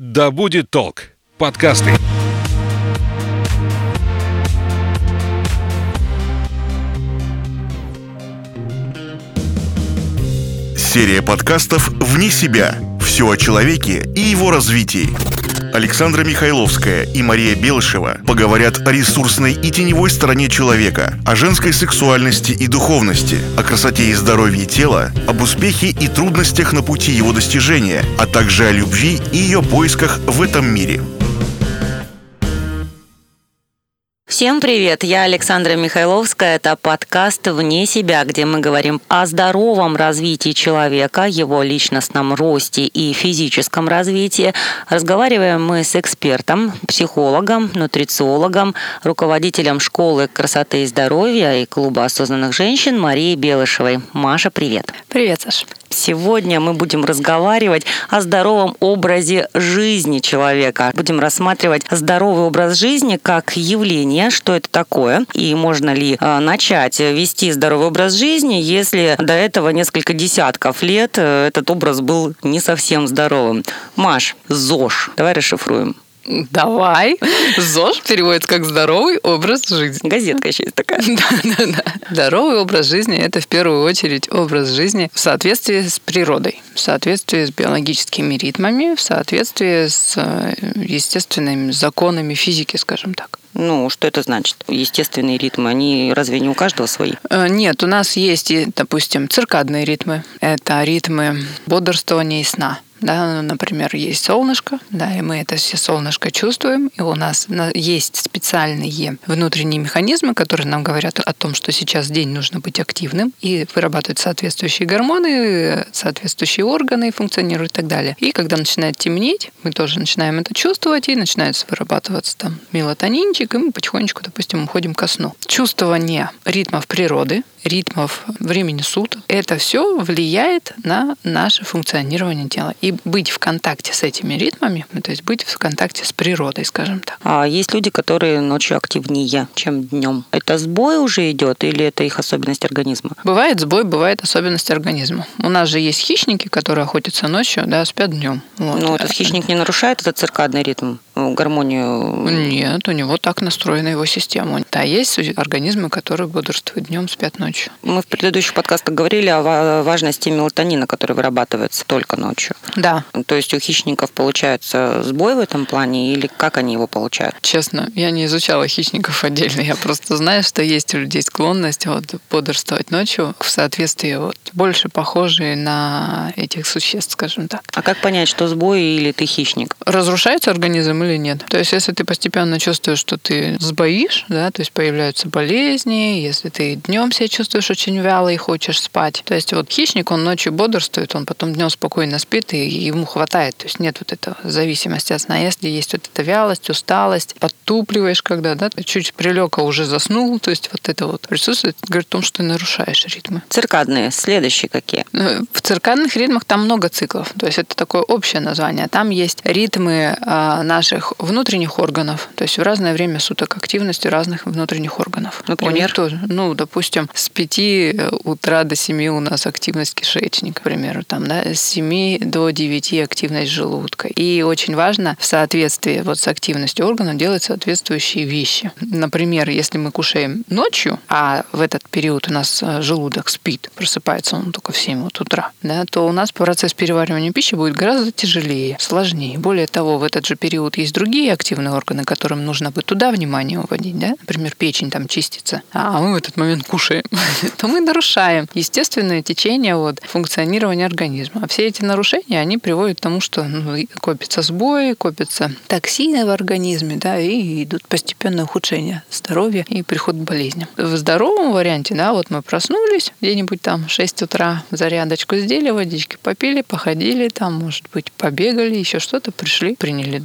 Да будет толк. Подкасты. Серия подкастов «Вне себя». Все о человеке и его развитии. Александра Михайловская и Мария Белышева поговорят о ресурсной и теневой стороне человека, о женской сексуальности и духовности, о красоте и здоровье тела, об успехе и трудностях на пути его достижения, а также о любви и ее поисках в этом мире. Всем привет, я Александра Михайловская, это подкаст «Вне себя», где мы говорим о здоровом развитии человека, его личностном росте и физическом развитии. Разговариваем мы с экспертом, психологом, нутрициологом, руководителем школы красоты и здоровья и клуба осознанных женщин Марией Белышевой. Маша, привет. Привет, Саш. Сегодня мы будем разговаривать о здоровом образе жизни человека. Будем рассматривать здоровый образ жизни как явление, что это такое, и можно ли начать вести здоровый образ жизни, если до этого несколько десятков лет этот образ был не совсем здоровым. Маш, ЗОЖ, давай расшифруем. Давай. ЗОЖ переводится как «здоровый образ жизни». Газетка еще есть такая. Да. Здоровый образ жизни – это в первую очередь образ жизни в соответствии с природой, в соответствии с биологическими ритмами, в соответствии с естественными законами физики, скажем так. Ну, что это значит? Естественные ритмы, они разве не у каждого свои? Нет, у нас есть, допустим, циркадные ритмы. Это ритмы бодрствования и сна. Да, например, есть солнышко, да, и мы это все солнышко чувствуем, и у нас есть специальные внутренние механизмы, которые нам говорят о том, что сейчас день нужно быть активным, и вырабатывать соответствующие гормоны, соответствующие органы функционируют и так далее. И когда начинает темнеть, мы тоже начинаем это чувствовать, и начинается вырабатываться там мелатонинчик, и мы потихонечку, допустим, уходим ко сну. Чувствование ритмов природы, ритмов времени суток, это все влияет на наше функционирование тела. И быть в контакте с этими ритмами, то есть быть в контакте с природой, скажем так. А есть люди, которые ночью активнее, чем днем. Это сбой уже идет или это их особенность организма? Бывает сбой, бывает особенность организма. У нас же есть хищники, которые охотятся ночью, да, спят днем. Вот. Но этот хищник не нарушает этот циркадный ритм, гармонию? Нет, у него так настроена его система. Да, есть организмы, которые бодрствуют днем, спят ночью. Мы в предыдущих подкастах говорили о важности мелатонина, который вырабатывается только ночью. Да. То есть у хищников получается сбой в этом плане или как они его получают? Честно, я не изучала хищников отдельно. Я просто знаю, что есть у людей склонность бодрствовать ночью в соответствии больше похожие на этих существ, скажем так. А как понять, что сбой или ты хищник? Разрушается организм или нет? То есть, если ты постепенно чувствуешь, что ты сбоишь, да, то есть появляются болезни, если ты днем себя чувствуешь очень вяло и хочешь спать. То есть хищник, он ночью бодрствует, он потом днем спокойно спит, и ему хватает. То есть нет этого зависимости от сна. Если есть эта вялость, усталость, подтупливаешь, когда, да, чуть прилег, а уже заснул, то есть это присутствует, говорит о том, что ты нарушаешь ритмы. Циркадные, следующие какие? В циркадных ритмах там много циклов. То есть это такое общее название. Там есть ритмы наших внутренних органов, то есть в разное время суток активности разных внутренних органов. Например? Тоже. Допустим, с 5 утра до 7 у нас активность кишечника, к примеру, там, да, с 7 до 9 активность желудка. И очень важно в соответствии с активностью органов делать соответствующие вещи. Например, если мы кушаем ночью, а в этот период у нас желудок спит, просыпается он только в 7 утра, да, то у нас процесс переваривания пищи будет гораздо тяжелее, сложнее. Более того, в этот же период есть другие активные органы, которым нужно бы туда внимание уводить, да? Например, печень там чистится, а мы в этот момент кушаем, то мы нарушаем естественное течение функционирования организма. А все эти нарушения, они приводят к тому, что копятся сбои, копятся токсины в организме, да, и идут постепенное ухудшение здоровья и приход к болезням. В здоровом варианте, да, мы проснулись где-нибудь там в 6 утра, зарядочку сделали, водички попили, походили, там, может быть, побегали, еще что-то, пришли, приняли душ, покушали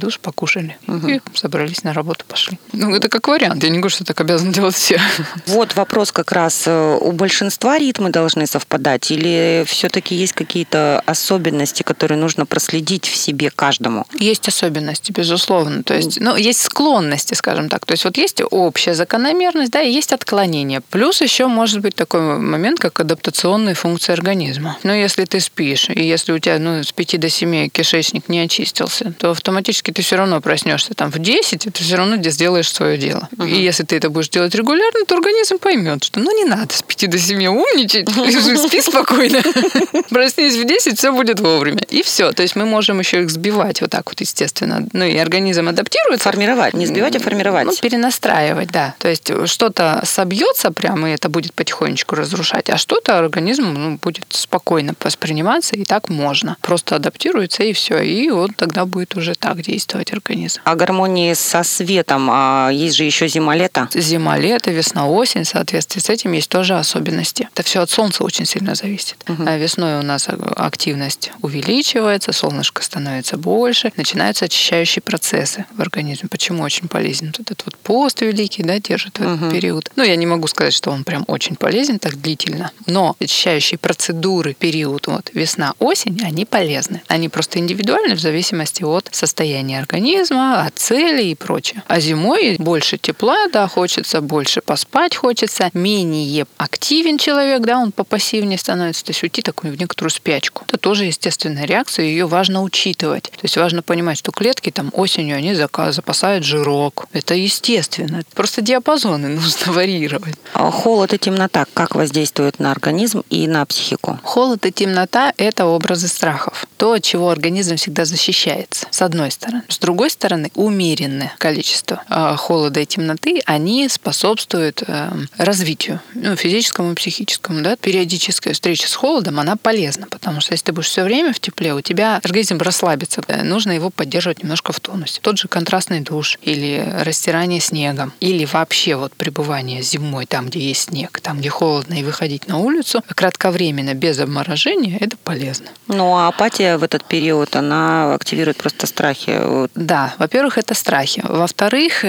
покушали. И собрались на работу, пошли. Ну, это как вариант. Я не говорю, что так обязаны делать все. Вот вопрос как раз. У большинства ритмы должны совпадать или все-таки есть какие-то особенности, которые нужно проследить в себе каждому? Есть особенности, безусловно. То есть, есть склонности, скажем так. То есть вот есть общая закономерность, да, и есть отклонение. Плюс еще может быть такой момент, как адаптационные функции организма. Но если ты спишь, и если у тебя с 5 до 7 кишечник не очистился, то автоматически ты все равно проснешься там в 10, и ты все равно сделаешь свое дело. И если ты это будешь делать регулярно, то организм поймет, что не надо с 5 до 7 умничать, лежи, спи спокойно. Проснись в 10, все будет вовремя. И все. То есть мы можем еще их сбивать вот так вот, естественно. И организм адаптируется. Формировать. Не сбивать, а формировать. Перенастраивать, да. То есть что-то собьется прямо, и это будет потихонечку разрушать, а что-то организм будет спокойно восприниматься, и так можно. Просто адаптируется, и все. И вот тогда будет уже так действовать организм. А гармонии со светом, есть же еще зима-лето? Зима-лето, весна-осень, в соответствии с этим есть тоже особенности. Это все от солнца очень сильно зависит. Весной у нас активность увеличивается, солнышко становится больше, начинаются очищающие процессы в организме. Почему очень полезен этот вот пост великий, да, держит в этот период. Я не могу сказать, что он прям очень полезен так длительно, но очищающие процедуры период весна-осень, они полезны. Они просто индивидуальны в зависимости от состояния организма, от целей и прочее. А зимой больше тепла, да, хочется больше поспать, хочется менее активен человек, да, он попассивнее становится, то есть уйти такую в некоторую спячку. Это тоже естественная реакция, ее важно учитывать. То есть важно понимать, что клетки там осенью они запасают жирок. Это естественно. Просто диапазоны нужно варьировать. А холод и темнота как воздействуют на организм и на психику? Холод и темнота – это образы страхов. То, от чего организм всегда защищается, с одной стороны. С другой стороны, умеренное количество холода и темноты, они способствуют развитию, физическому и психическому. Да? Периодическая встреча с холодом, она полезна, потому что если ты будешь все время в тепле, у тебя организм расслабится. Нужно его поддерживать немножко в тонусе. Тот же контрастный душ или растирание снегом, или вообще пребывание зимой там, где есть снег, там, где холодно, и выходить на улицу кратковременно, без обморожения, это полезно. А апатия в этот период, она активирует просто страхи. Да, во-первых, это страхи. Во-вторых,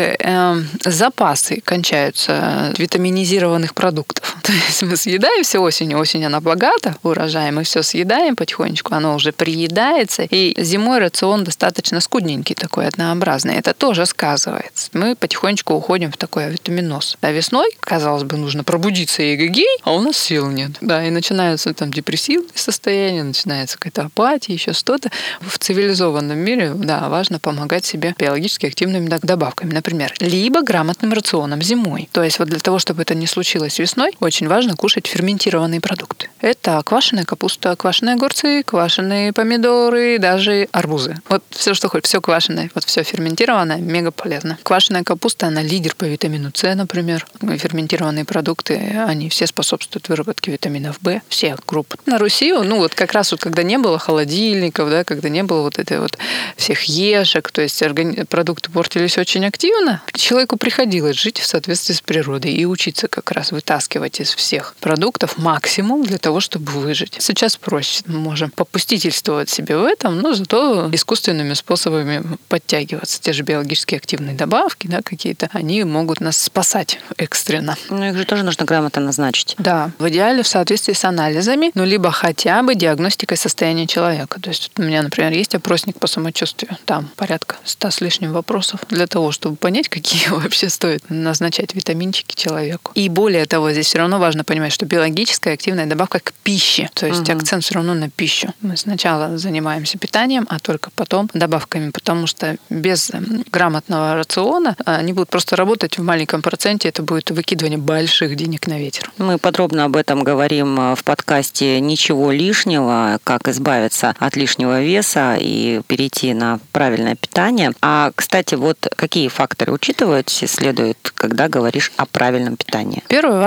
запасы кончаются витаминизированных продуктов. То есть мы съедаем все осенью. Осень, она богата урожаем, мы все съедаем потихонечку, оно уже приедается. И зимой рацион достаточно скудненький, такой однообразный. Это тоже сказывается. Мы потихонечку уходим в такой авитаминоз. А весной, казалось бы, нужно пробудиться и эгегей, а у нас сил нет. Да, и начинаются там депрессивные состояния, начинается какая-то апатия, еще что-то. В цивилизованном мире, да, важно помогать себе биологически активными добавками, например, либо грамотным рационом зимой. То есть для того, чтобы это не случилось весной, очень важно кушать ферментированные продукты. Это квашеная капуста, квашеные огурцы, квашеные помидоры, даже арбузы. Все, что хочешь, все квашеное, все ферментированное, мега полезно. Квашеная капуста, она лидер по витамину С, например. Ферментированные продукты, они все способствуют выработке витаминов В, все группы. На Руси, как раз когда не было холодильников, да, когда не было всех ешек, то есть продукты портились очень активно, человеку приходилось жить в соответствии с природой и учиться как раз вытаскивать из всех продуктов максимум для того, чтобы выжить. Сейчас проще. Мы можем попустительствовать себе в этом, но зато искусственными способами подтягиваться. Те же биологически активные добавки, да, какие-то, они могут нас спасать экстренно. Их же тоже нужно грамотно назначить. Да, в идеале в соответствии с анализами, либо хотя бы диагностикой состояния человека. То есть у меня, например, есть опросник по самочувствию. Там порядка 100 с лишним вопросов для того, чтобы понять, какие вообще стоит назначать витаминчики человеку. И более того, здесь все равно важно понимать, что биологическая активная добавка к пище. То есть акцент все равно на пищу. Мы сначала занимаемся питанием, а только потом добавками, потому что без грамотного рациона они будут просто работать в маленьком проценте. Это будет выкидывание больших денег на ветер. Мы подробно об этом говорим в подкасте «Ничего лишнего», как избавиться от лишнего веса и перейти на правильное питание. А, кстати, какие факторы учитывать следует, когда говоришь о правильном питании? Первое, важно учитывать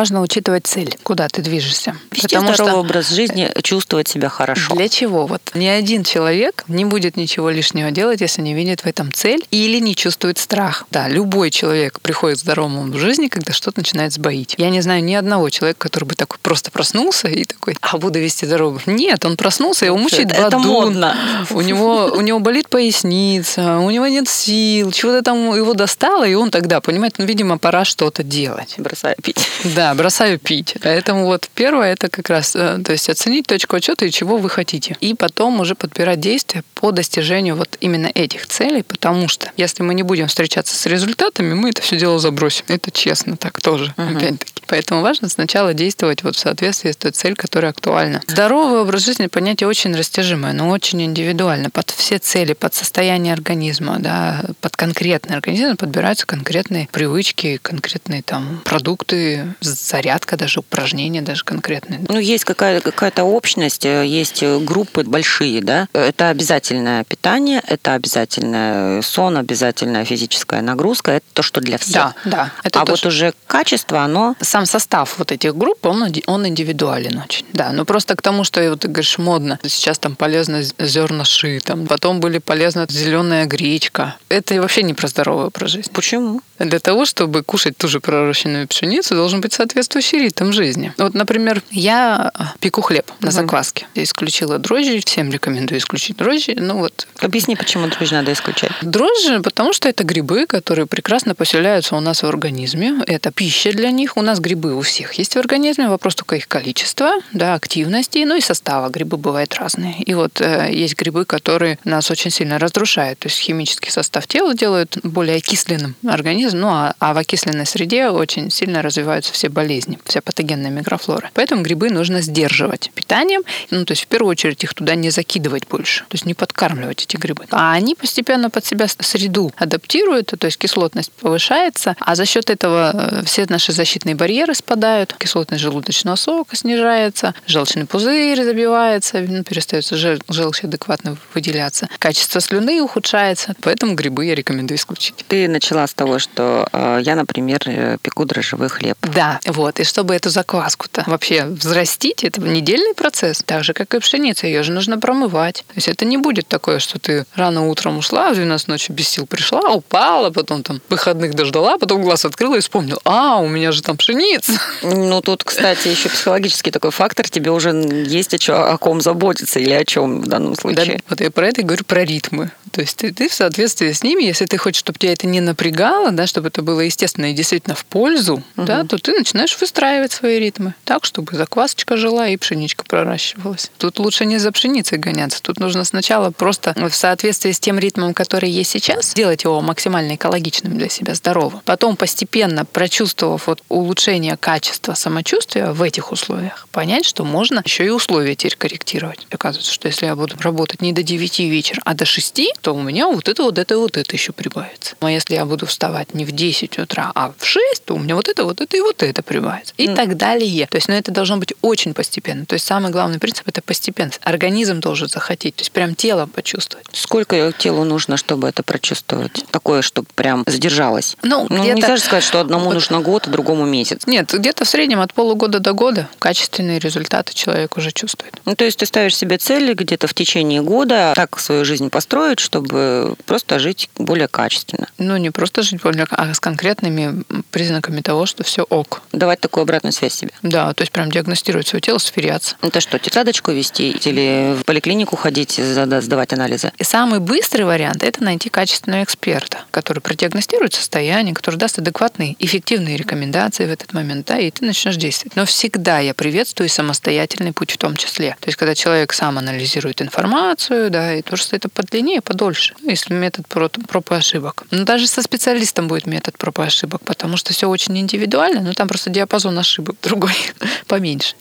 прорабатывать цель, куда ты движешься. Вести здоровый образ жизни, чувствовать себя хорошо. Для чего? Вот ни один человек не будет ничего лишнего делать, если не видит в этом цель или не чувствует страх. Да, любой человек приходит к здоровому образу жизни, когда что-то начинает сбоить. Я не знаю ни одного человека, который бы такой просто проснулся и такой, буду вести здоровый. Нет, он проснулся, его мучает бадун. Это модно. У него болит поясница, у него нет сил, чего-то там его достало, и он тогда понимает, видимо, пора что-то делать. Бросаю пить. Да, бросаю пить. Поэтому вот первое, это как раз, то есть оценить точку отсчета и чего вы хотите. И потом уже подбирать действия по достижению вот именно этих целей, потому что если мы не будем встречаться с результатами, мы это все дело забросим. Это честно так тоже, опять-таки. Поэтому важно сначала действовать вот в соответствии с той целью, которая актуальна. Здоровый образ жизни — понятие очень растяжимое, но очень индивидуально. Под все цели, под состояние организма, да, под конкретный организм подбираются конкретные привычки, конкретные там продукты, зарядка, даже упражнения даже конкретные. Есть какая-то общность, есть группы большие, да. Это обязательное питание, это обязательный сон, обязательная физическая нагрузка. Это то, что для всех. Да. Вот уже качество, оно... Сам состав вот этих групп, он индивидуален очень. Да, но просто к тому, что вот ты говоришь, модно. Сейчас там полезно зерна ши, там потом были полезна зеленая гречка. Это вообще не про здоровый образ жизни. Почему? Для того, чтобы кушать ту же пророщенную пшеницу, должен быть соответствующий ритм жизни. Вот, например, я пеку хлеб на закваске. Я исключила дрожжи, всем рекомендую исключить дрожжи. Объясни, почему дрожжи надо исключать. Дрожжи, потому что это грибы, которые прекрасно поселяются у нас в организме. Это пища для них. У нас грибы у всех есть в организме. Вопрос только их количества, да, активности, и состава. Грибы бывают разные. И вот есть грибы, которые нас очень сильно разрушают. То есть химический состав тела делают более окисленным организм. А в окисленной среде очень сильно развиваются все болезни, вся патогенная микрофлора. Поэтому грибы нужно сдерживать питанием. То есть в первую очередь их туда не закидывать больше. То есть не подкармливать эти грибы. А они постепенно под себя среду адаптируют, то есть кислотность повышается, а за счет этого все наши защитные барьеры спадают, кислотность желудочного сока снижается, желчный пузырь забивается, перестает желчь адекватно выделяться, качество слюны ухудшается, поэтому грибы я рекомендую исключить. Ты начала с того, что я, например, пеку дрожжевой хлеб. Да, и чтобы эту закваску-то вообще взрастить, это недельный процесс, так же, как и пшеница, ее же нужно промывать. То есть это не будет такое, что ты рано утром ушла, в 12 ночи без сил пришла, упала, потом там выходных дождала, потом глаз открыла и вспомнила, у меня же там пшеница. Тут, кстати, еще психологический такой фактор, тебе уже есть о ком заботиться или о чем в данном случае. Да, вот я про это и говорю, про ритмы. То есть ты в соответствии с ними, если ты хочешь, чтобы тебя это не напрягало, да, чтобы это было естественно и действительно в пользу, да, то ты начинаешь выстраивать свои ритмы так, чтобы заквасочка жила и пшеничка проращивалась. Тут лучше не за пшеницей гоняться. Тут нужно сначала просто в соответствии с тем ритмом, который есть сейчас, сделать его максимально экологичным для себя, здоровым. Потом постепенно, прочувствовав улучшение качества самочувствия в этих условиях, понять, что можно еще и условия теперь корректировать. Оказывается, что если я буду работать не до 9 вечера, а до 6, то у меня вот это еще прибавится. А если я буду вставать не в 10 утра, а в 6, то у меня вот это и это прибавится. И так далее. То есть, это должно быть очень постепенно. То есть, самый главный принцип – это постепенность. Организм должен захотеть, то есть, прям телом почувствовать. Сколько телу нужно, чтобы это прочувствовать? Такое, чтобы прям задержалось? Где-то... Нельзя же сказать, что одному нужно год, а другому месяц. Нет, где-то в среднем от полугода до года качественные результаты человек уже чувствует. То есть, ты ставишь себе цели где-то в течение года так свою жизнь построить, чтобы просто жить более качественно. Не просто жить более, а с конкретными признаками того, что все ок. Давать такую обратную связь себе. Да, то есть прям диагностировать свое тело, сверяться. Это что, тетрадочку вести или в поликлинику ходить, сдавать анализы? И самый быстрый вариант – это найти качественного эксперта, который продиагностирует состояние, который даст адекватные, эффективные рекомендации в этот момент, да, и ты начнешь действовать. Но всегда я приветствую самостоятельный путь в том числе. То есть, когда человек сам анализирует информацию, да, и то, что это подлиннее, подольше. Если метод проб и ошибок. Даже со специалистом будет метод проб и ошибок, потому что все очень индивидуально, но там просто диапазон ошибок другой, поменьше.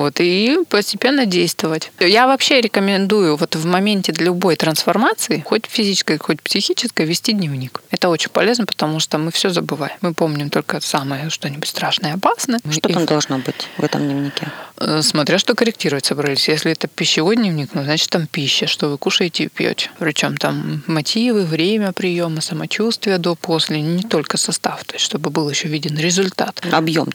И постепенно действовать. Я вообще рекомендую в моменте любой трансформации, хоть физической, хоть психической, вести дневник. Это очень полезно, потому что мы все забываем. Мы помним только самое что-нибудь страшное и опасное. Что там должно быть в этом дневнике? Смотря что корректировать собрались. Если это пищевой дневник, значит там пища, что вы кушаете и пьете. Причем там мотивы, время приема, самочувствие до, после, не только состав, то есть чтобы был еще виден результат. Объем такой должен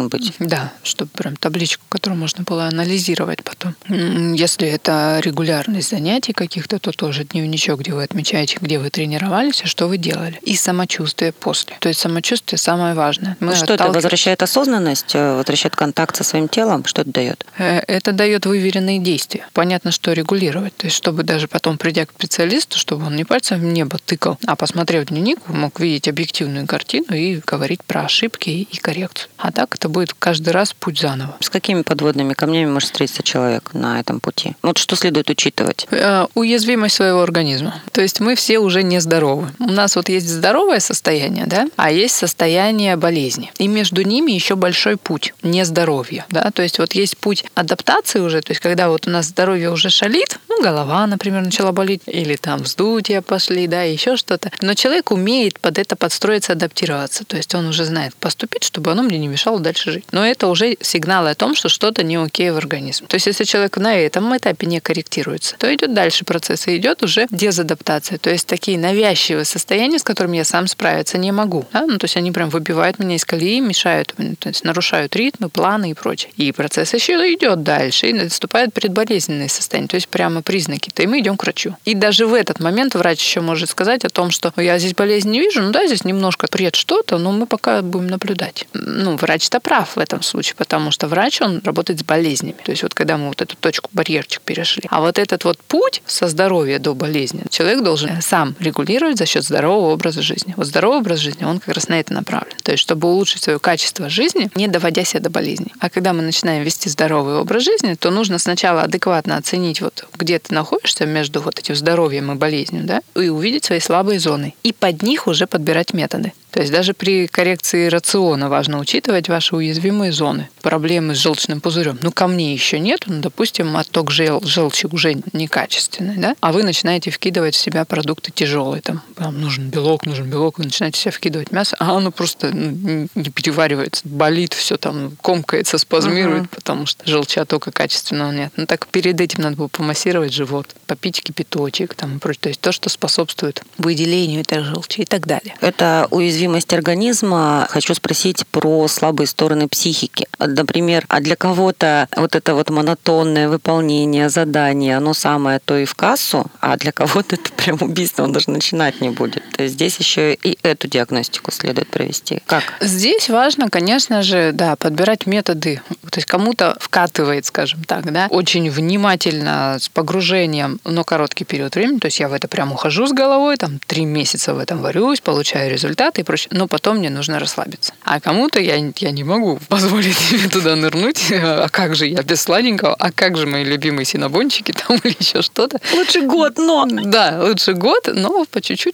должен быть. Да, чтобы прям табличку, которую можно было анализировать потом. Если это регулярность занятий каких-то, то тоже дневничок, где вы отмечаете, где вы тренировались и что вы делали. И самочувствие после. То есть самочувствие самое важное. Что это возвращает осознанность, возвращает контакт со своим телом? Что это дает? Это дает выверенные действия. Понятно, что регулировать. То есть, чтобы даже потом, придя к специалисту, чтобы он не пальцем в небо тыкал, а посмотрев дневник, мог видеть объективную картину и говорить про ошибки и коррекцию. А так это будет каждый раз путь заново. С какими подводными камнями может встретиться человек на этом пути? Вот что следует учитывать? Уязвимость своего организма. То есть мы все уже нездоровы. У нас вот есть здоровое состояние, да, а есть состояние болезни. И между ними еще большой путь нездоровья. Да? То есть вот есть путь адаптации уже, то есть когда вот у нас здоровье уже шалит, голова, например, начала болеть, или там вздутия пошли, да, еще что-то. Но человек умеет под это подстроиться, адаптироваться. То есть он уже знает поступить, чтобы оно мне не мешало дальше жить. Но это уже сигналы о том, что что-то не окей в организме. То есть если человек на этом этапе не корректируется, то идет дальше процесс, и идет уже дезадаптация. То есть такие навязчивые состояния, с которыми я сам справиться не могу. Да? То есть они прям выбивают меня из колеи, мешают, то есть нарушают ритмы, планы и прочее. И процесс еще идет дальше, и наступает предболезненное состояние. То есть прямо признаки-то, и мы идем к врачу. И даже в этот момент врач еще может сказать о том, что я здесь болезнь не вижу, здесь немножко пред что-то, но мы пока будем наблюдать. Врач-то прав в этом случае, потому что врач, он работает с болезнями. То есть вот когда мы вот эту точку, барьерчик перешли. А вот этот вот путь со здоровья до болезни человек должен сам регулировать за счет здорового образа жизни. Вот здоровый образ жизни, он как раз на это направлен. То есть чтобы улучшить свое качество жизни, не доводя себя до болезни. А когда мы начинаем вести здоровый образ жизни, то нужно сначала адекватно оценить, вот где ты находишься между вот этим здоровьем и болезнью, да, и увидеть свои слабые зоны. И под них уже подбирать методы. То есть даже при коррекции рациона важно учитывать ваши уязвимые зоны. Проблемы с желчным пузырем. Ко мне еще нет, допустим, отток желчи уже некачественный, да? А вы начинаете вкидывать в себя продукты тяжелые. Там нужен белок, вы начинаете в себя вкидывать мясо, а оно просто не переваривается, болит, все там комкается, спазмирует, потому что желчеоттока качественного нет. Так перед этим надо было помассировать живот, попить кипяточек там, и прочее. То есть то, что способствует выделению этой желчи и так далее. Это уязвимость организма. Хочу спросить про слабые стороны психики. Например, а для кого-то вот это вот монотонное выполнение задания, оно самое то и в кассу, а для кого-то это прям убийство, он даже начинать не будет. То есть здесь еще и эту диагностику следует провести. Как? Здесь важно, конечно же, подбирать методы. То есть кому-то вкатывает, скажем так, да, очень внимательно, с погружением, но короткий период времени. То есть я в это прям ухожу с головой, 3 месяца в этом варюсь, получаю результаты и прочее. Но потом мне нужно расслабиться. А кому-то я не могу позволить себе туда нырнуть. А как же я без сладенького? А как же мои любимые синнабончики там или еще что-то? Лучше год, но... Да, лучше год, но по чуть-чуть.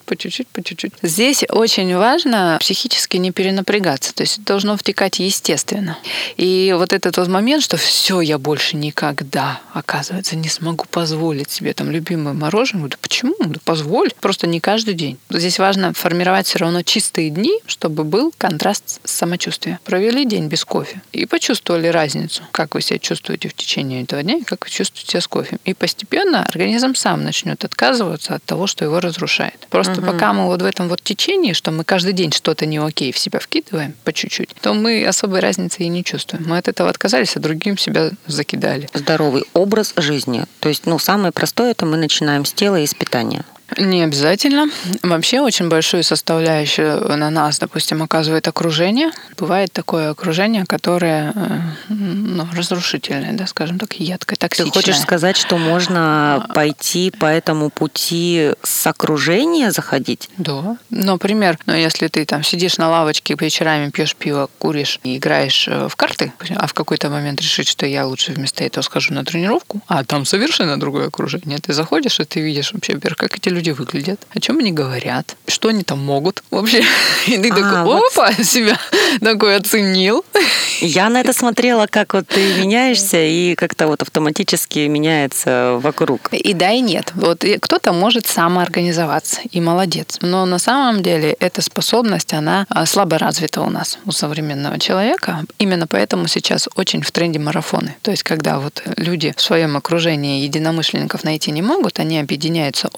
Здесь очень важно психически не перенапрягаться. То есть это должно втекать естественно. И вот этот вот момент, что все, я больше никогда, оказывается, не смогу позволить себе любимое мороженое. Да почему? Да позволь. Просто не каждый день. Здесь важно формировать все равно чистые дни, чтобы был контраст с самочувствием. Провели день без кофе и почувствовали разницу, как вы себя чувствуете в течение этого дня и как вы чувствуете себя с кофе. И постепенно организм сам начнет отказываться от того, что его разрушает. Просто пока мы вот в этом вот течении, что мы каждый день что-то не окей в себя вкидываем по чуть-чуть, то мы особой разницы и не чувствуем. Мы от этого отказались, а другим себя закидали. Здоровый образ жизни. То есть, самое простое, это мы начинаем с тела и с питания. Не обязательно. Вообще очень большую составляющую на нас, допустим, оказывает окружение. Бывает такое окружение, которое разрушительное, да, скажем так, едкое, токсичное. Ты хочешь сказать, что можно пойти по этому пути с окружения заходить? Да. Например, если ты сидишь на лавочке, вечерами пьешь пиво, куришь и играешь в карты, а в какой-то момент решить, что я лучше вместо этого схожу на тренировку, а там совершенно другое окружение. Ты заходишь, и ты видишь вообще, как эти люди выглядят, о чем они говорят, что они там могут вообще. И ты такой, опа, себя такой оценил. Я на это смотрела, как вот ты меняешься, и как-то вот автоматически меняется вокруг. И да, и нет. Вот кто-то может самоорганизоваться, и молодец. Но на самом деле эта способность, она слабо развита у нас, у современного человека. Именно поэтому сейчас очень в тренде марафоны. То есть, когда вот люди в своем окружении единомышленников найти не могут, они объединяются онлайн.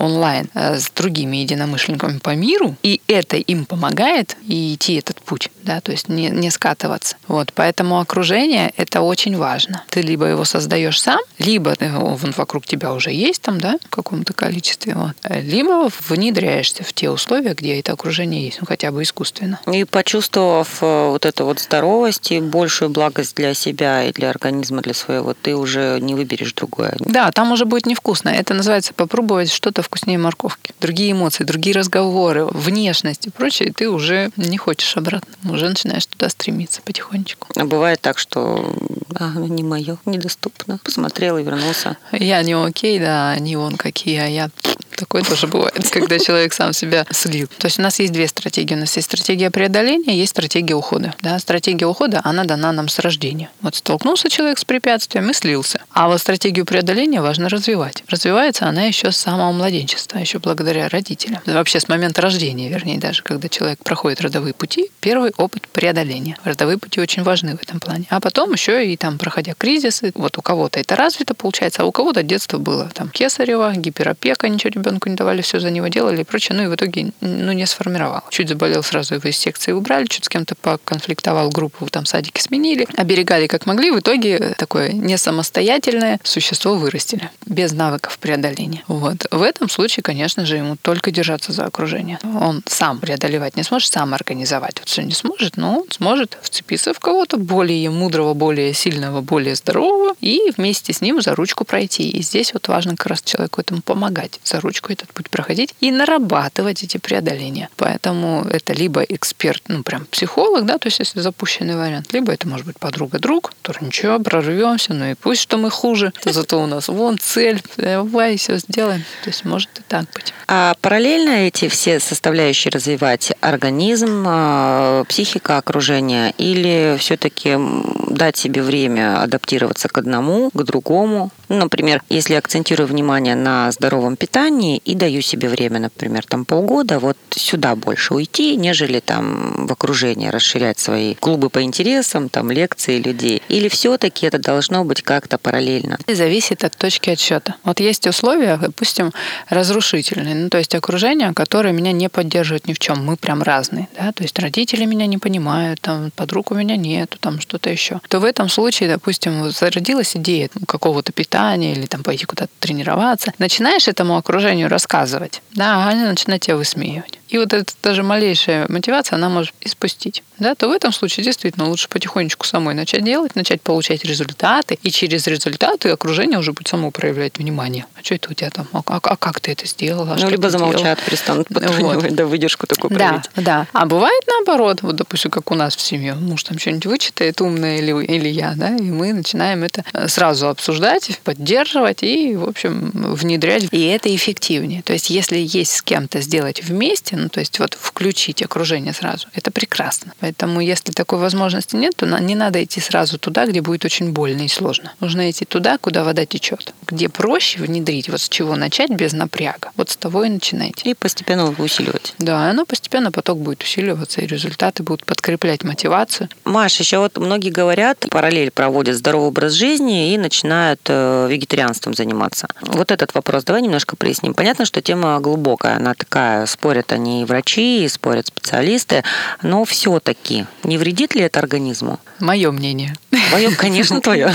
с другими единомышленниками по миру, и это им помогает и идти этот путь, да, то есть не скатываться. Вот, поэтому окружение — это очень важно. Ты либо его создаешь сам, либо он вокруг тебя уже есть там, да, в каком-то количестве, вот, либо внедряешься в те условия, где это окружение есть, ну, хотя бы искусственно. И почувствовав вот эту вот здоровость и большую благость для себя и для организма, для своего, ты уже не выберешь другое. Да, там уже будет невкусно. Это называется попробовать что-то вкуснее морковки. Другие эмоции, другие разговоры, внешность и прочее, ты уже не хочешь обратно. Уже начинаешь туда стремиться потихонечку. А бывает так, что не мое, недоступно. Посмотрел и вернулся. Я не окей, да, они вон какие, а я... Такое тоже бывает, когда человек сам себя слил. То есть у нас есть две стратегии. У нас есть стратегия преодоления, есть стратегия ухода. Да, стратегия ухода, она дана нам с рождения. Вот столкнулся человек с препятствием и слился. А вот стратегию преодоления важно развивать. Развивается она еще с самого младенчества, еще благодаря родителям. Вообще с момента рождения, вернее, даже когда человек проходит родовые пути, первый опыт преодоления. Родовые пути очень важны в этом плане. А потом еще и там, проходя кризисы, вот у кого-то это развито получается, а у кого-то детство было там кесарево, гиперопека, ничего ребенку не давали, все за него делали и прочее, ну и в итоге не сформировал. Чуть заболел, сразу его из секции убрали, чуть с кем-то поконфликтовал, группу там садики сменили, оберегали как могли, в итоге такое не самостоятельное существо вырастили, без навыков преодоления. Вот. В этом случае, конечно же, ему только держаться за окружение. Он сам преодолевать не сможет, сам организовать вот все не сможет, но он сможет вцепиться в кого-то более мудрого, более сильного, более здорового и вместе с ним за ручку пройти. И здесь вот важно как раз человеку этому помогать, за ручку этот путь проходить и нарабатывать эти преодоления. Поэтому это либо эксперт, ну прям психолог, да, то есть если запущенный вариант, либо это может быть подруга-друг, который ничего, прорвемся, ну и пусть что мы хуже, зато у нас вон цель, давай все сделаем. То есть может и так быть. А параллельно эти все составляющие развивать: организм, психика, окружение, или все-таки дать себе время адаптироваться к одному, к другому? Ну, например, если я акцентирую внимание на здоровом питании и даю себе время, например, там полгода, вот сюда больше уйти, нежели там в окружение расширять свои клубы по интересам, там лекции людей. Или все-таки это должно быть как-то параллельно? Зависит от точки отсчета. Вот есть условия, допустим, разрушительные, ну, то есть окружение, которое меня не поддерживает ни в чем. Мы прям разные, да, то есть родители меня не понимают, там, подруг у меня нету, там что-то еще. То в этом случае, допустим, вот зародилась идея какого-то питания или там пойти куда-то тренироваться. Начинаешь этому окружению рассказывать, да, они начинают тебя высмеивать. И вот эта даже малейшая мотивация, она может испустить. Да, то в этом случае действительно лучше потихонечку самой начать делать, начать получать результаты, и через результаты окружение уже будет само проявлять внимание. А что это у тебя там? А как ты это сделала? Ну, либо замолчат, перестанут подтрунивать, вот. Да, выдержку такую проявить. Да. А бывает наоборот, вот, допустим, как у нас в семье. Муж там что-нибудь вычитает умное или я, да, и мы начинаем это сразу обсуждать, поддерживать и, в общем, внедрять. И это эффективнее. То есть, если есть с кем-то сделать вместе, ну, то есть вот включить окружение сразу, это прекрасно. Поэтому, если такой возможности нет, то не надо идти сразу туда, где будет очень больно и сложно. Нужно идти туда, куда вода течет, где проще внедрить, вот с чего начать без напряга. Вот с того и начинайте. И постепенно усиливать. Да, оно постепенно поток будет усиливаться, и результаты будут подкреплять мотивацию. Маш, еще вот многие говорят, параллель проводят здоровый образ жизни и начинают вегетарианством заниматься. Вот этот вопрос давай немножко проясним. Понятно, что тема глубокая, она такая, спорят они и врачи, и спорят специалисты, но все-таки не вредит ли это организму? Мое мнение. Мое, конечно, твое.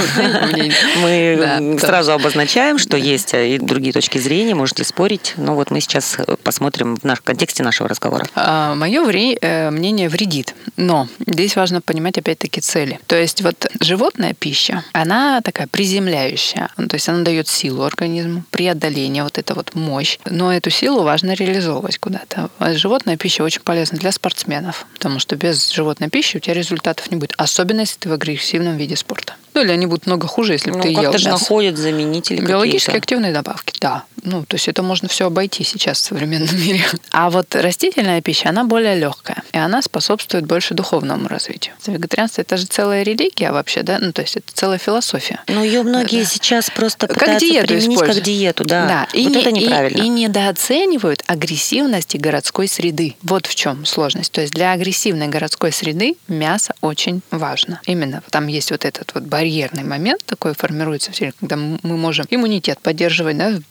Мы сразу обозначаем, что есть и другие точки зрения, можете спорить, но вот мы сейчас посмотрим в контексте нашего разговора. Мое мнение вредит, но здесь важно понимать опять-таки цели. То есть вот животная пища, она такая приземляющая, то есть она дает силу организму, преодоление, вот это вот мощь, но эту силу важно реализовывать куда-то. Животная пища очень полезна для спортсменов, потому что без животной пищи у тебя результатов не будет, особенно если ты в агрессивном виде спорта. Ну, или они будут много хуже, если бы ты ел мясо. Как-то же находят заменители биологически какие-то. Активные добавки, да. Ну, то есть это можно все обойти сейчас в современном мире. А вот растительная пища, она более легкая, и она способствует больше духовному развитию. Вегетарианство — это же целая религия вообще, да? Ну, то есть это целая философия. Ну, ее многие сейчас просто пытаются применить как диету, да. Да. Вот это неправильно. И недооценивают агрессивности городской среды. Вот в чем сложность. То есть для агрессивной городской среды мясо очень важно. Именно там есть вот этот вот барьерный момент такой формируется в теле, когда мы можем иммунитет поддерживать, да, в регулярном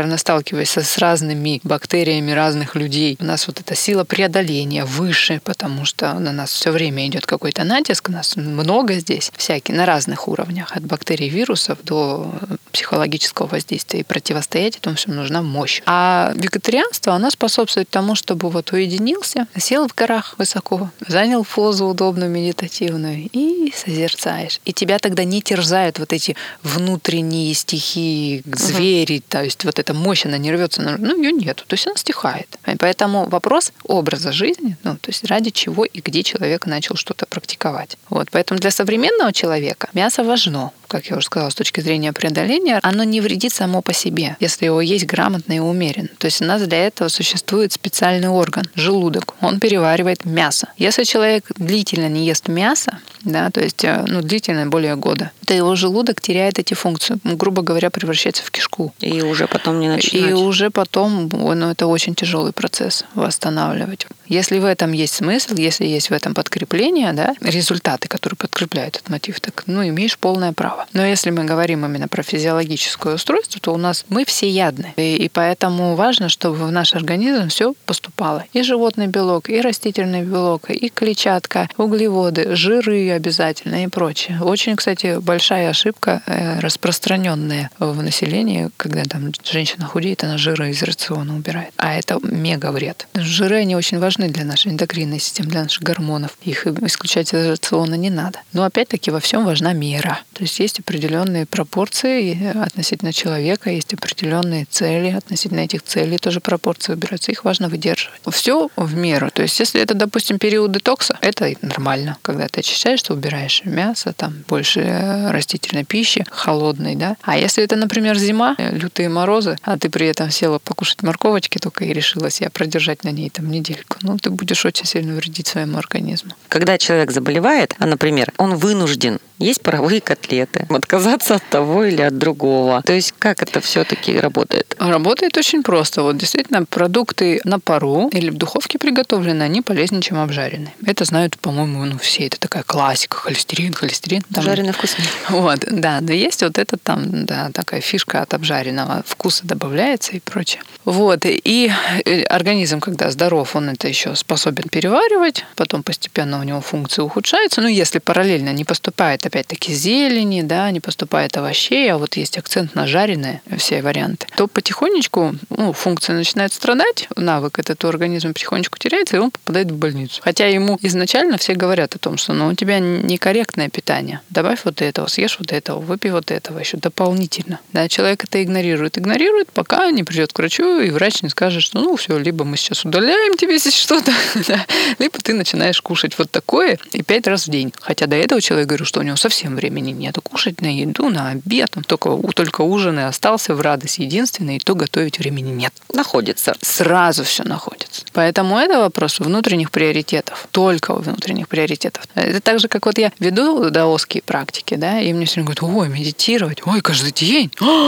регулярно сталкиваешься с разными бактериями разных людей, у нас вот эта сила преодоления выше, потому что на нас все время идет какой-то натиск, нас много здесь, всякие, на разных уровнях, от бактерий, вирусов до психологического воздействия. И противостоять этому всему нужна мощь. А вегетарианство, оно способствует тому, чтобы вот уединился, сел в горах высоко, занял позу удобную, медитативную и созерцаешь. И тебя тогда не терзают вот эти внутренние стихии, звери, то есть вот эта мощь, она не рвется, ее нету, то есть она стихает. И поэтому вопрос образа жизни, то есть ради чего и где человек начал что-то практиковать. Вот. Поэтому для современного человека мясо важно, как я уже сказала, с точки зрения преодоления, оно не вредит само по себе, если его есть грамотно и умеренно. То есть у нас для этого существует специальный орган – желудок. Он переваривает мясо. Если человек длительно не ест мясо, да, то есть длительно, более года, то его желудок теряет эти функции, грубо говоря, превращается в кишку. И уже потом не начинать. И уже потом, это очень тяжелый процесс восстанавливать. Если в этом есть смысл, если есть в этом подкрепление, да, результаты, которые подкрепляют этот мотив, так имеешь полное право. Но если мы говорим именно про физиологическое устройство, то у нас мы всеядны. И поэтому важно, чтобы в наш организм все поступало. И животный белок, и растительный белок, и клетчатка, углеводы, жиры обязательно и прочее. Очень, кстати, большая ошибка, распространенная в населении, когда там женщина худеет, она жиры из рациона убирает. А это мега вред. Жиры, они очень важны для нашей эндокринной системы, для наших гормонов. Их исключать из рациона не надо. Но опять-таки во всем важна мера. То есть определенные пропорции относительно человека, есть определенные цели, относительно этих целей тоже пропорции выбираются. Их важно выдерживать. Все в меру. То есть если это, допустим, период детокса, это нормально, когда ты очищаешь, что убираешь мясо, там больше растительной пищи, холодной, да. А если это, например, зима, лютые морозы, а ты при этом села покушать морковочки только и решила себя продержать на ней там недельку, ты будешь очень сильно вредить своему организму. Когда человек заболевает, например, он вынужден есть паровые котлеты, отказаться от того или от другого. То есть как это все-таки работает? Работает очень просто. Вот действительно продукты на пару или в духовке приготовленные, они полезнее, чем обжаренные. Это знают, по-моему, все. Это такая классика. Холестерин. Обжаренный вкуснее. Вот, да. Да есть вот это там, да, такая фишка от обжаренного. Вкуса добавляется и прочее. Вот. И организм, когда здоров, он это еще способен переваривать. Потом постепенно у него функции ухудшаются. Если параллельно не поступает опять-таки зелени, да, не поступает овощей, а вот есть акцент на жареные все варианты, то потихонечку функция начинает страдать, навык этот у организма потихонечку теряется, и он попадает в больницу. Хотя ему изначально все говорят о том, что у тебя некорректное питание. Добавь вот этого, съешь вот этого, выпей вот этого еще дополнительно. Да, человек это игнорирует, пока не придет к врачу, и врач не скажет, что все, либо мы сейчас удаляем тебе здесь что-то, да, либо ты начинаешь кушать вот такое и 5 раз в день. Хотя до этого человек говорил, что у него совсем времени нет кушать на еду, на обед. Только ужин и остался в радость единственный, и то готовить времени нет. Находится. Сразу все находится. Поэтому это вопрос внутренних приоритетов. Только внутренних приоритетов. Это так же, как я веду даосские практики, да, и мне все время говорят, медитировать, каждый день,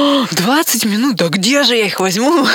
20 минут, да где же я их возьму?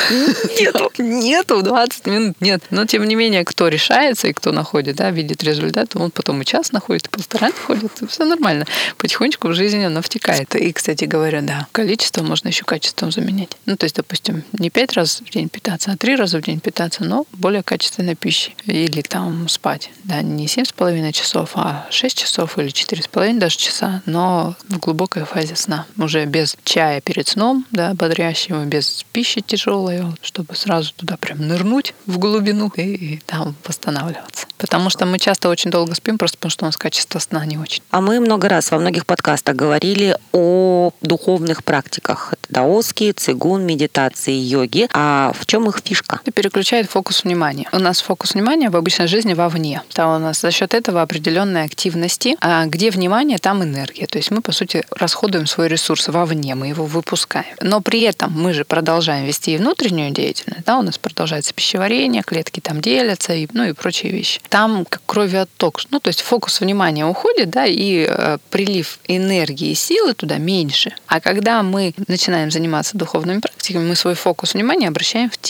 Нету 20 минут, нет. Но, тем не менее, кто решается и кто находит, да, видит результат, он потом и час находит, и 1,5 находит, все нормально. Потихонечку в жизнь оно втекает. И, кстати говоря, да, количество можно еще качеством заменять. То есть, допустим, не 5 раз в день питаться, а 3 раза в день питаться, но более качественной пищей. Или там спать. Да, не 7,5 часов, а 6 часов или 4,5 даже часа, но в глубокой фазе сна. Уже без чая перед сном, да, бодрящего, без пищи тяжелой, чтобы сразу туда прям нырнуть в глубину и там восстанавливаться. Потому что мы часто очень долго спим, просто потому что у нас качество сна не очень. А мы много раз во многих подкастах говорили о духовных практиках. Это даосские, цигун, медитации, йоги. А в чем их фишка? Это переключает фокус внимания. У нас фокус внимания в обычной жизни вовне. Там у нас за счет этого определенные активности. А где внимание, там энергия. То есть мы, по сути, расходуем свой ресурс вовне, мы его выпускаем. Но при этом мы же продолжаем вести и внутреннюю деятельность. Да, у нас продолжается пищеварение, клетки там делятся и прочие вещи. Там как кровеотток. То есть фокус внимания уходит, да, и прилив энергии и силы туда меньше. А когда мы начинаем заниматься духовными практиками, мы свой фокус внимания обращаем в тело.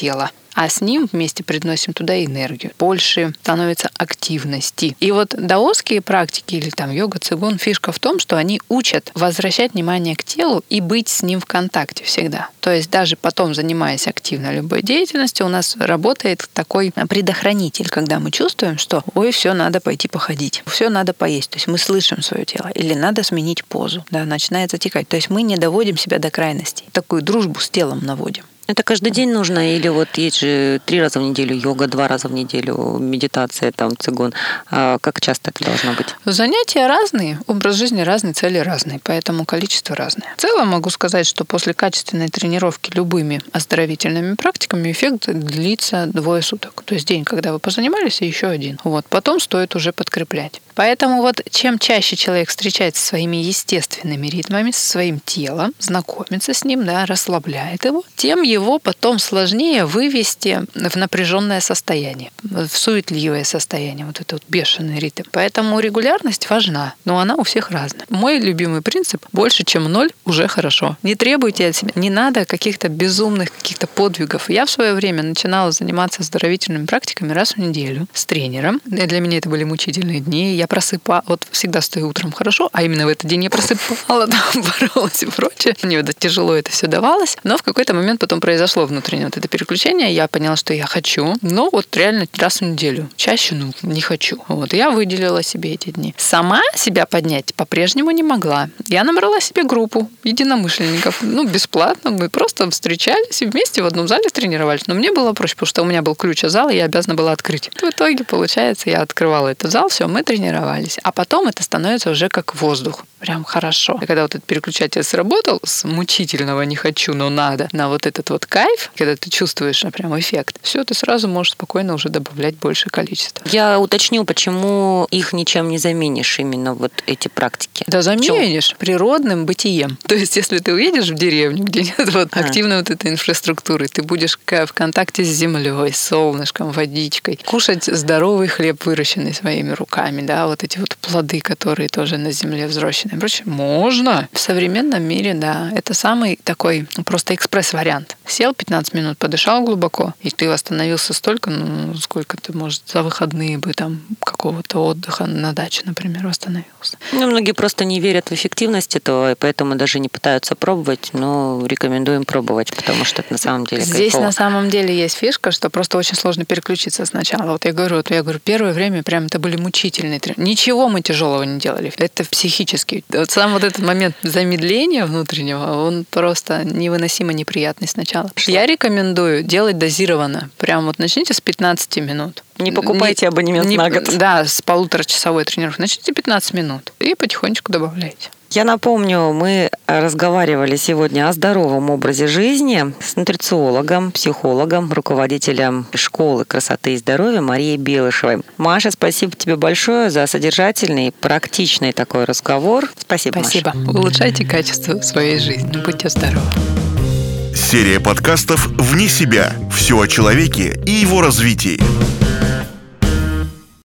а с ним вместе приносим туда энергию. Больше становится активности. И вот даосские практики или там йога, цигун, фишка в том, что они учат возвращать внимание к телу и быть с ним в контакте всегда. То есть даже потом, занимаясь активно любой деятельностью, у нас работает такой предохранитель, когда мы чувствуем, что ой, все, надо пойти походить, все, надо поесть. То есть мы слышим свое тело. Или надо сменить позу. Да, начинает затекать. То есть мы не доводим себя до крайности. Такую дружбу с телом наводим. Это каждый день нужно? Или вот есть же 3 раза в неделю йога, 2 раза в неделю медитация, там, цигун. Как часто это должно быть? Занятия разные, образ жизни разный, цели разные, поэтому количество разное. В целом могу сказать, что после качественной тренировки любыми оздоровительными практиками эффект длится 2 суток. То есть день, когда вы позанимались, и еще один. Вот. Потом стоит уже подкреплять. Поэтому вот чем чаще человек встречается со своими естественными ритмами, со своим телом, знакомится с ним, да, расслабляет его, тем его потом сложнее вывести в напряженное состояние, в суетливое состояние, вот это вот бешеный ритм. Поэтому регулярность важна, но она у всех разная. Мой любимый принцип – больше, чем 0 уже хорошо. Не требуйте от себя, не надо каких-то безумных каких-то подвигов. Я в свое время начинала заниматься оздоровительными практиками раз в неделю с тренером. И для меня это были мучительные дни. Я просыпала, вот всегда стою утром хорошо, а именно в этот день я просыпала, боролась и прочее. Мне вот тяжело это все давалось, но в какой-то момент потом произошло внутреннее вот это переключение, я поняла, что я хочу, но вот реально раз в неделю. Чаще, не хочу. Вот, я выделила себе эти дни. Сама себя поднять по-прежнему не могла. Я набрала себе группу единомышленников, бесплатно, мы просто встречались и вместе в одном зале тренировались. Но мне было проще, потому что у меня был ключ от зала, и я обязана была открыть. В итоге, получается, я открывала этот зал, все, мы тренировались. А потом это становится уже как воздух. Прям хорошо. И когда вот этот переключатель сработал с мучительного «не хочу, но надо» на вот этот вот кайф, когда ты чувствуешь прям эффект, все, ты сразу можешь спокойно уже добавлять большее количество. Я уточню, почему их ничем не заменишь, именно вот эти практики. Да заменишь природным бытием. То есть, если ты уедешь в деревню, где нет активной вот этой инфраструктуры, ты будешь в контакте с землей, с солнышком, водичкой, кушать здоровый хлеб, выращенный своими руками, да, вот эти вот плоды, которые тоже на земле взращены. Короче, можно. В современном мире, да, это самый такой просто экспресс-вариант. Сел 15 минут, подышал глубоко, и ты восстановился столько, сколько ты, может, за выходные бы там какого-то отдыха на даче, например, восстановился. Многие просто не верят в эффективность этого, и поэтому даже не пытаются пробовать, но рекомендуем пробовать, потому что это на самом деле Здесь кайфово. На самом деле есть фишка, что просто очень сложно переключиться сначала. Вот я говорю, первое время прям это были мучительные тренировки. Ничего мы тяжелого не делали. Это психически. Вот сам вот этот момент замедления внутреннего, он просто невыносимо неприятный сначала. Я рекомендую делать дозированно. Прям вот начните с 15 минут. Не покупайте абонемент на год. Да, с 1,5-часовой тренировки. Начните 15 минут и потихонечку добавляйте. Я напомню, мы разговаривали сегодня о здоровом образе жизни с нутрициологом, психологом, руководителем школы красоты и здоровья Марией Белышевой. Маша, спасибо тебе большое за содержательный, практичный такой разговор. Спасибо, Маша. Спасибо. Улучшайте качество своей жизни. Будьте здоровы. Серия подкастов «Вне себя». Все о человеке и его развитии.